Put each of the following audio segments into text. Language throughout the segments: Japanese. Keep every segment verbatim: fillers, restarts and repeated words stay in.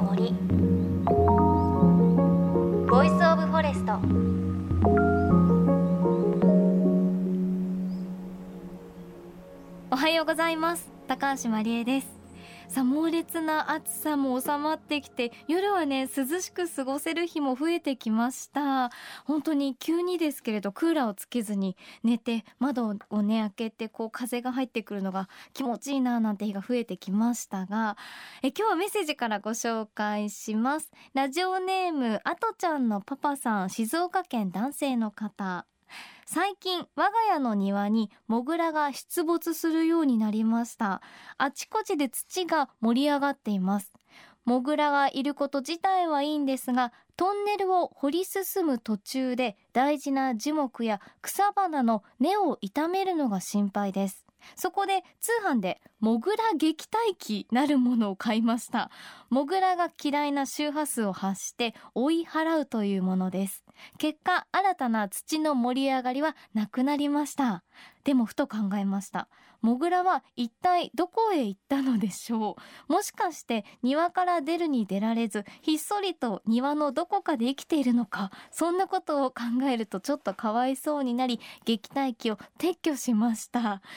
森ボイスオブフォレスト。おはようございます。高橋まりえです。さあ、猛烈な暑さも収まってきて、夜はね涼しく過ごせる日も増えてきました。本当に急にですけれどクーラーをつけずに寝て、窓をね開けてこう風が入ってくるのが気持ちいいななんて日が増えてきましたが、え今日はメッセージからご紹介します。ラジオネームあとちゃんのパパさん、静岡県男性の方。最近我が家の庭にモグラが出没するようになりました。あちこちで土が盛り上がっています。モグラがいること自体はいいんですが、トンネルを掘り進む途中で大事な樹木や草花の根を傷めるのが心配です。そこで通販でモグラ撃退機なるものを買いました。モグラが嫌いな周波数を発して追い払うというものです。結果、新たな土の盛り上がりはなくなりました。でもふと考えました。モグラは一体どこへ行ったのでしょう。もしかして庭から出るに出られず、ひっそりと庭のどこかで生きているのか。そんなことを考えるとちょっとかわいそうになり、撃退機を撤去しました。へえ、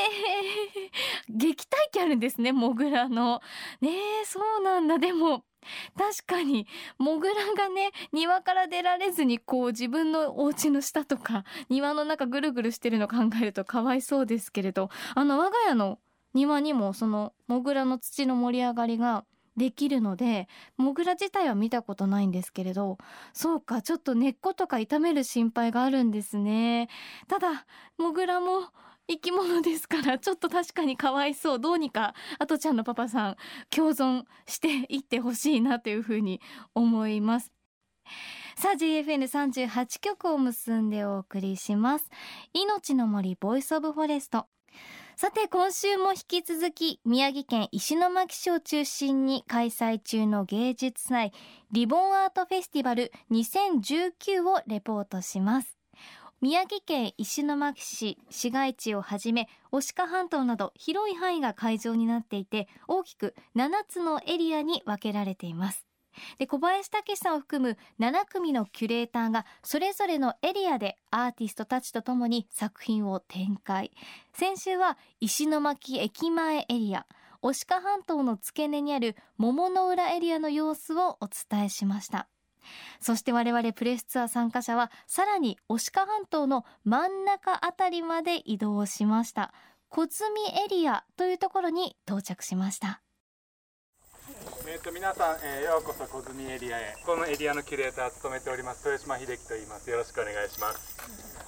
撃退機あるんですね、モグラの。ねえ、そうなんだ。でも確かにモグラがね庭から出られずにこう自分のお家の下とか庭の中ぐるぐるしてるの考えるとかわいそうですけれど、あの我が家の庭にもそのモグラの土の盛り上がりができるので、モグラ自体は見たことないんですけれど、そうか、ちょっと根っことか傷める心配があるんですね。ただモグラも生き物ですから、ちょっと確かにかわいそう。どうにかあとちゃんのパパさん共存していってほしいなというふうに思います。さあ ジーエフエヌさんじゅうはち 曲を結んでお送りします。命の森ボイスオブフォレスト。さて、今週も引き続き宮城県石巻市を中心に開催中の芸術祭リボンアートフェスティバルにせんじゅうきゅうをレポートします。宮城県石巻市市街地をはじめ牡鹿半島など広い範囲が会場になっていて、大きくななつのエリアに分けられています。で、小林武史さんを含むななくみのキュレーターがそれぞれのエリアでアーティストたちとともに作品を展開。先週は石巻駅前エリア、牡鹿半島の付け根にある桃の浦エリアの様子をお伝えしました。そして我々プレスツアー参加者はさらに牡鹿半島の真ん中あたりまで移動しました。小積エリアというところに到着しました。 えー、と皆さん、えー、ようこそ小積エリアへ。このエリアのキュレーターを務めております豊島秀樹と言います。よろしくお願いします。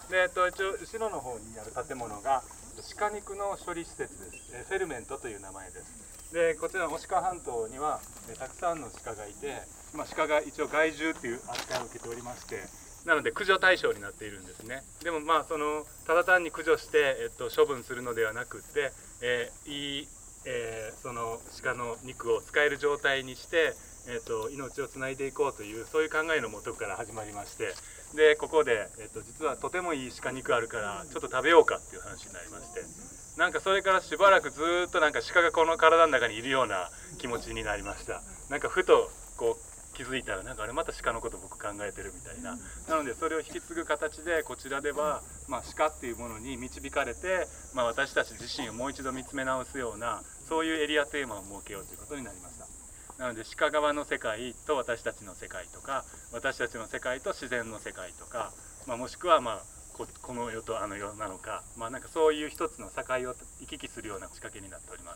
で、えー、と一応後ろの方にある建物が鹿肉の処理施設です。えー、フェルメントという名前です。で、こちら牡鹿半島には、えー、たくさんの鹿がいて、まあ、鹿が一応害獣っていう扱いを受けておりまして、なので駆除対象になっているんですね。でもまあそのただ単に駆除して、えっと、処分するのではなくって、えー、いい、えー、その鹿の肉を使える状態にして、えっと、命をつないでいこうというそういう考えのもとから始まりまして、でここで、えっと、実はとてもいい鹿肉あるからちょっと食べようかっていう話になりまして、なんかそれからしばらくずっとなんか鹿がこの体の中にいるような気持ちになりました。なんかふとこう気づいたら、なんかあれまた鹿のこと僕考えてるみたいな。なのでそれを引き継ぐ形でこちらでは、まあ、鹿っていうものに導かれて、まあ、私たち自身をもう一度見つめ直すようなそういうエリアテーマを設けようということになりました。なので鹿側の世界と私たちの世界とか、私たちの世界と自然の世界とか、まあ、もしくはまあ こ, この世とあの世なのか、まあ、なんかそういう一つの境を行き来するような仕掛けになっております。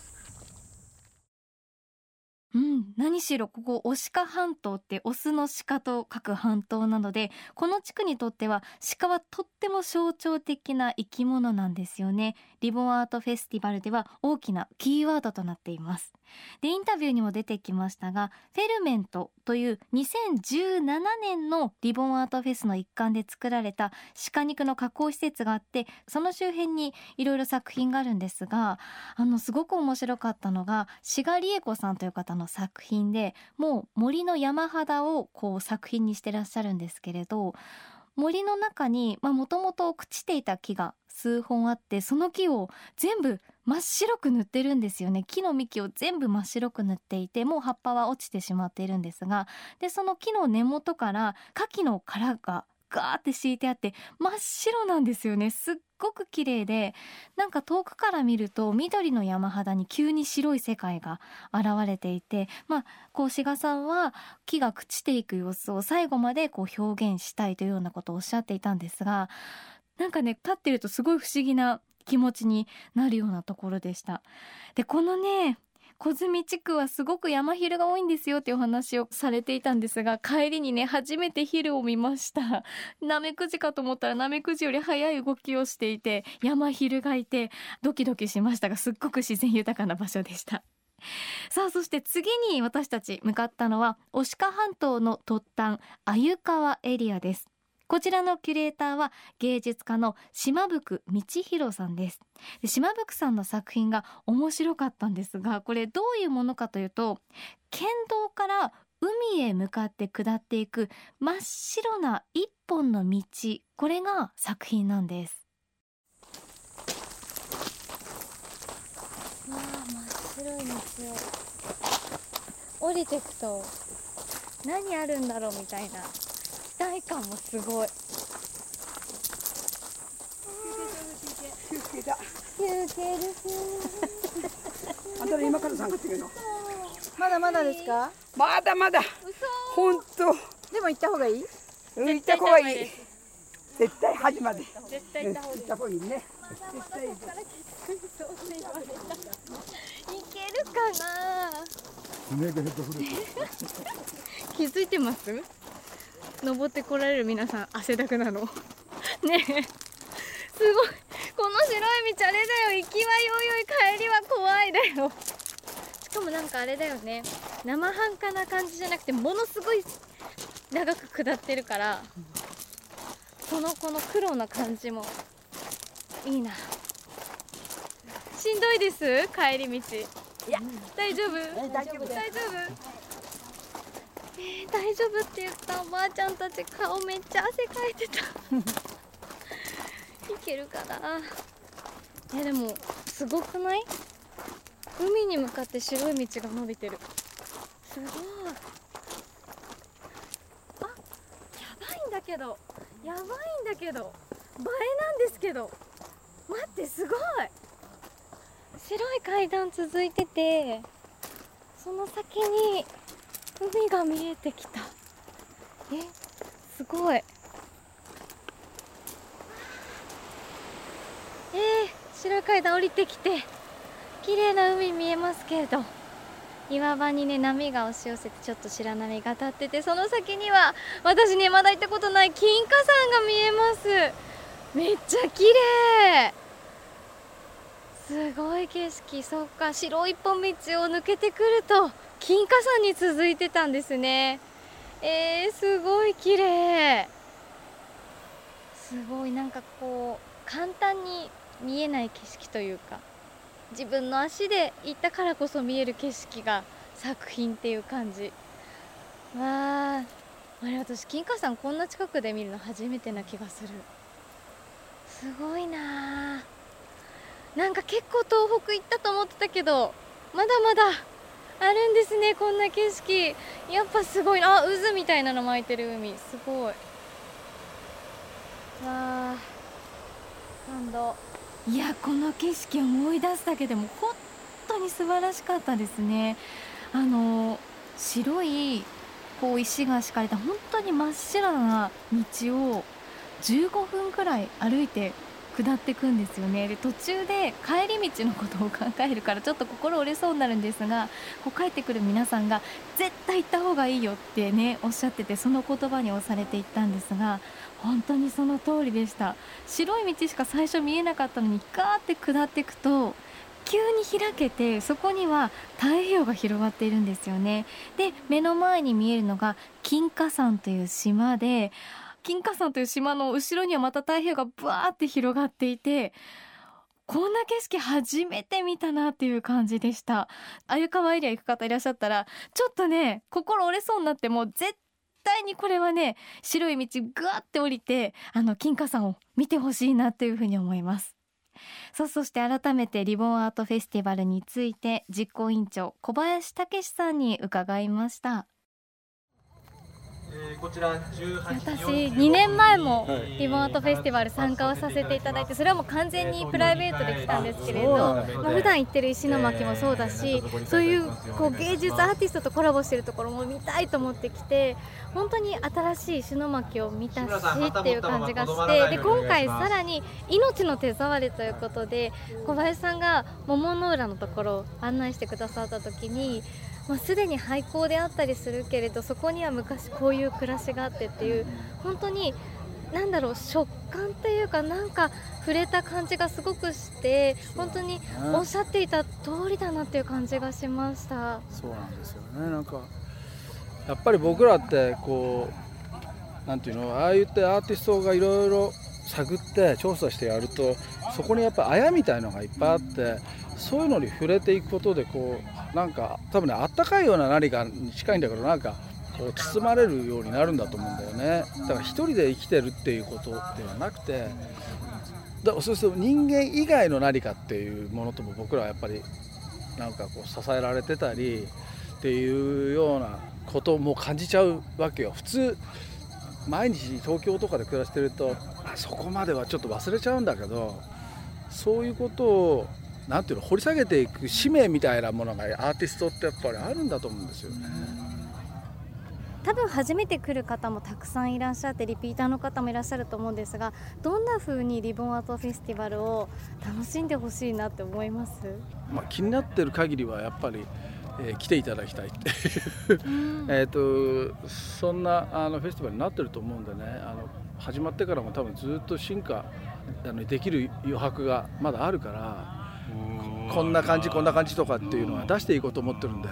うん、何しろここ牡鹿半島ってオスの鹿と書く半島なので、この地区にとっては鹿はとっても象徴的な生き物なんですよね。リボンアートフェスティバルでは大きなキーワードとなっています。で、インタビューにも出てきましたが、フェルメントというにせんじゅうななねんのリボンアートフェスの一環で作られた鹿肉の加工施設があって、その周辺にいろいろ作品があるんですが、あのすごく面白かったのが志賀理恵子さんという方の作品で、もう森の山肌をこう作品にしてらっしゃるんですけれど、森の中にもともと朽ちていた木が数本あって、その木を全部真っ白く塗ってるんですよね。木の幹を全部真っ白く塗っていて、もう葉っぱは落ちてしまっているんですが、でその木の根元から牡蠣の殻がガーって敷いてあって真っ白なんですよね。すっごく綺麗で、なんか遠くから見ると緑の山肌に急に白い世界が現れていて、まあこう志賀さんは木が朽ちていく様子を最後までこう表現したいというようなことをおっしゃっていたんですが、なんかね立ってるとすごい不思議な気持ちになるようなところでした。でこのね小住地区はすごく山昼が多いんですよっていうお話をされていたんですが、帰りにね初めて昼を見ました。ナメクジかと思ったらナメクジより速い動きをしていて、山昼がいてドキドキしましたが、すっごく自然豊かな場所でした。さあそして次に私たち向かったのは牡鹿半島の突端鮎川エリアです。こちらのキュレーターは芸術家の島吹道弘さんです。で島吹さんの作品が面白かったんですが、これどういうものかというと、県道から海へ向かって下っていく真っ白な一本の道、これが作品なんです。わあ、真っ白い道を降りていくと何あるんだろうみたいな期待感もすごい。 休憩だ。 休憩ですね。 あとで今から探してくるの。 まだまだですか？ まだまだ。本当。 でも行った方がいい？ うん、行った方がいい。絶対端まで。 絶対行った方がいい。 行った方がいいね。絶対行く。 いけるかな。気づいてます？登ってこられる皆さん汗だくなの。ねえ、すごい。この白い道あれだよ。行きはよいよい、帰りは怖いだよ。しかもなんかあれだよね。生半可な感じじゃなくて、ものすごい長く下ってるから、そのこの苦労な感じもいいな。しんどいです。帰り道。いや、大丈夫？ 大丈夫。 大丈夫？えー、大丈夫って言ったおばあちゃんたち顔めっちゃ汗かいてた。いけるかな。えでもすごくない？海に向かって白い道が伸びてる。すごい。あ、やばいんだけどやばいんだけど映えなんですけど、待って、すごい白い階段続いてて、その先に海が見えてきた。え、すごい。えー、白い階段降りてきて綺麗な海見えますけれど、岩場にね波が押し寄せてちょっと白波が立ってて、その先には私ねまだ行ったことない金華山が見えます。めっちゃ綺麗。すごい景色。そっか、白い一本道を抜けてくると金華山に続いてたんですね。えー、すごい綺麗。すごい、なんかこう簡単に見えない景色というか、自分の足で行ったからこそ見える景色が作品っていう感じ。わあ、あれ、私金華山こんな近くで見るの初めてな気がする。すごいなあ。なんか結構東北行ったと思ってたけど、まだまだあるんですね、こんな景色。やっぱすごいな。あ、渦みたいなの巻いてる海、すごい。わあ、感動。いや、この景色を思い出すだけでも本当に素晴らしかったですね。あの白いこう石が敷かれた本当に真っ白な道をじゅうごふんくらい歩いて下っていくんですよね。で途中で帰り道のことを考えるからちょっと心折れそうになるんですが、こう帰ってくる皆さんが絶対行った方がいいよってねおっしゃってて、その言葉に押されていったんですが、本当にその通りでした。白い道しか最初見えなかったのにガーって下っていくと急に開けて、そこには太平洋が広がっているんですよね。で目の前に見えるのが金華山という島で、金華山という島の後ろにはまた太平洋がブワーって広がっていて、こんな景色初めて見たなっていう感じでした。鮎川エリア行く方いらっしゃったらちょっとね心折れそうになっても絶対にこれはね白い道ぐわって降りてあの金華山を見てほしいなっていうふうに思います。そうそして改めてリボンアートフェスティバルについて実行委員長小林武さんに伺いました。 こちらじゅうはちじ私にねんまえもリボンアートフェスティバル参加をさせていただいて、それはもう完全にプライベートで来たんですけれど、まあ、普段行ってる石巻もそうだし、そういうこう芸術アーティストとコラボしてるところも見たいと思ってきて、本当に新しい石巻を見たしっていう感じがして、で今回さらに命の手触りということで小林さんが桃の浦のところを案内してくださった時に、まあ、すでに廃校であったりするけれど、そこには昔こういう暮らしがあってっていう、本当に何だろう、食感っていうかなんか触れた感じがすごくして、本当におっしゃっていた通りだなっていう感じがしました。 そうなんですよね。なんかやっぱり僕らってこうなんていうの、ああ言ってアーティストがいろいろ探って調査してやると、そこにやっぱあやみたいのがいっぱいあって、そういうのに触れていくことでこうなんか多分ね、あったかいような何かに近いんだけど、なんかこう包まれるようになるんだと思うんだよね。だから一人で生きてるっていうことではなくて、だそうすると人間以外の何かっていうものとも僕らはやっぱりなんかこう支えられてたりっていうようなことも感じちゃうわけよ。普通毎日東京とかで暮らしてるとそこまではちょっと忘れちゃうんだけど、そういうことをなんていうの掘り下げていく使命みたいなものがアーティストってやっぱりあるんだと思うんですよね。 多分初めて来る方もたくさんいらっしゃって、リピーターの方もいらっしゃると思うんですが、どんな風にリボンアートフェスティバルを楽しんでほしいなって思います？ まあ、気になってる限りはやっぱり、えー、来ていただきたいっていうえとそんなあのフェスティバルになってると思うんでね、あの始まってからも多分ずっと進化あのできる余白がまだあるから、こんな感じこんな感じとかっていうのは出していこうと思ってるんで。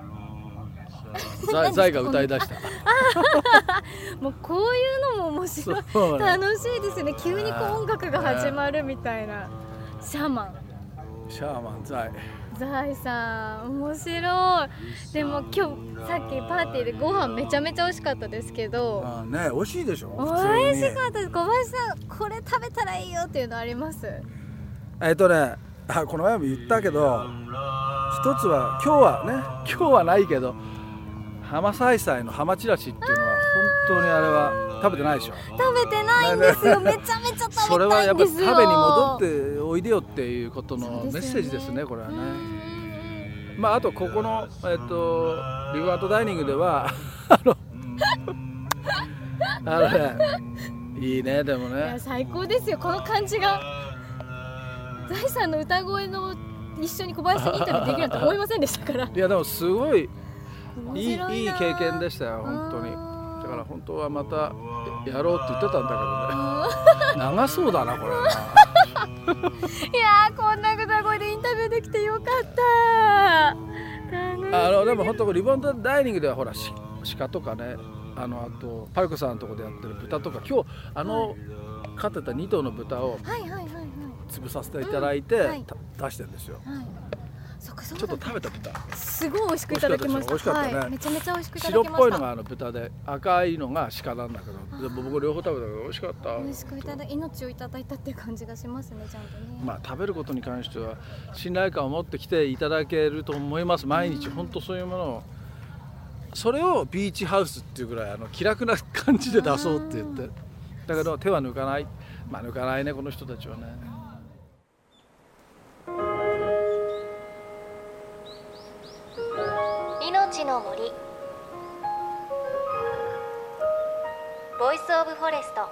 ザイが歌い出したもうこういうのも面白い、ね、楽しいですよね。急にこう音楽が始まるみたいな。シャーマンシャーマンザイザイさん面白い。でも今日さっきパーティーでご飯めちゃめちゃ美味しかったですけど、 あね、美味しいでしょ。 美味しかったです。小林さんこれ食べたらいいよっていうのあります？ えっとねあこの前も言ったけど、一つは今日はね今日はないけど浜菜菜の浜ちらしっていうのは本当にあれは食べてないでしょ。 食べてないんですよ。めちゃめちゃ食べたいんですよ。 それはやっぱり食べに戻っておいでよっていうことのメッセージですね、これはね。まああとここのえっとリバートダイニングではあのあのねいいね。でもね、いや最高ですよこの感じが。ザイさんの歌声の一緒に小林さんにインタビューできるなんて思いませんでしたから。 いやでもすごいいい, いい経験でしたよ本当に。だから本当はまたやろうって言ってたんだけどね長そうだなこれな。いやーこんな歌声でインタビューできてよかった。 あのでも本当リボンダイニングではほら鹿とかね、あのあとパルコさんのとこでやってる豚とか、今日あの、はい、飼ってたに頭の豚を潰させていただいて、はいはいはいはい、出してるんですよ、はい。そかそうちょっと食べた豚すごい美味しくいただきました。美味しかったね、はい、めちゃめちゃ美味しくいただきました。 白っぽいのがあの豚で赤いのが鹿なんだけど、でも僕両方食べたけど美味しかった。 美味しくいただ命をいただいたっていう感じがしますね、ちゃんとね。 まあ食べることに関しては信頼感を持ってきていただけると思います。毎日本当そういうものを、それをビーチハウスっていうぐらいあの気楽な感じで出そうって言って、だけど手は抜かない。まあ抜かないねこの人たちはね。 命の森ボイスオブフォレスト。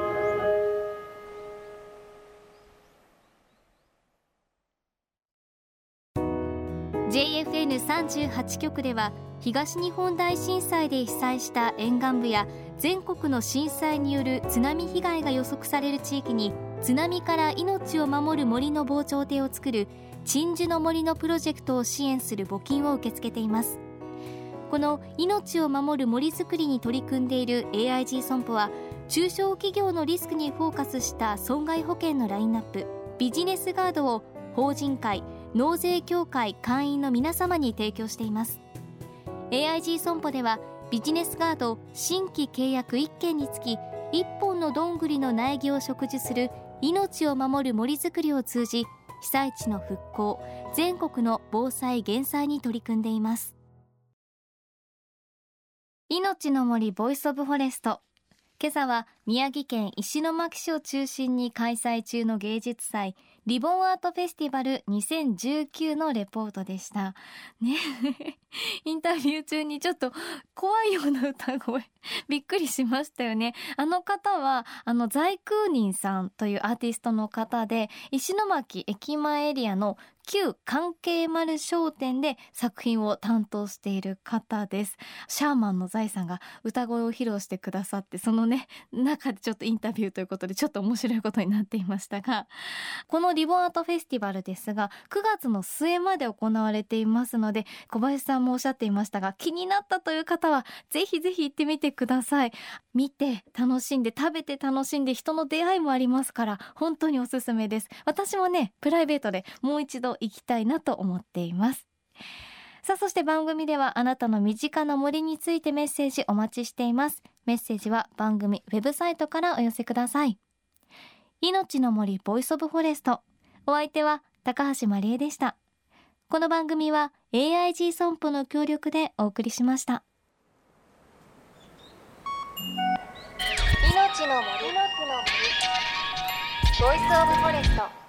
ジェイエフエヌさんじゅうはち 局では東日本大震災で被災した沿岸部や全国の震災による津波被害が予測される地域に津波から命を守る森の防潮堤を作る鎮守の森のプロジェクトを支援する募金を受け付けています。この命を守る森づくりに取り組んでいる エーアイジー 損保は中小企業のリスクにフォーカスした損害保険のラインナップビジネスガードを法人会、納税協会会員の皆様に提供しています。 エーアイジー 損保ではビジネスガード新規契約いっけんにつきいっぽんのどんぐりの苗木を植樹する命を守る森づくりを通じ、被災地の復興、全国の防災減災に取り組んでいます。命の森ボイスオブフォレスト。今朝は宮城県石巻市を中心に開催中の芸術祭リボンアートフェスティバルにせんじゅうきゅうのレポートでしたね。インタビュー中にちょっと怖いような歌声びっくりしましたよね。あの方はあの在空人さんというアーティストの方で、石巻駅前エリアの旧関係丸商店で作品を担当している方です。シャーマンの財さんが歌声を披露してくださって、そのね中でちょっとインタビューということでちょっと面白いことになっていましたが、このリボンアートフェスティバルですがくがつの末まで行われていますので、小林さんもおっしゃっていましたが、気になったという方はぜひぜひ行ってみてください。見て楽しんで食べて楽しんで人の出会いもありますから本当におすすめです。私もねプライベートでもう一度行きたいなと思っています。さあ、そして番組ではあなたの身近な森についてメッセージお待ちしています。メッセージは番組ウェブサイトからお寄せください。命の森ボイスオブフォレスト、お相手は高橋まりえでした。この番組は エーアイジー 損保の協力でお送りしました。 命の森ボイスオブフォレスト。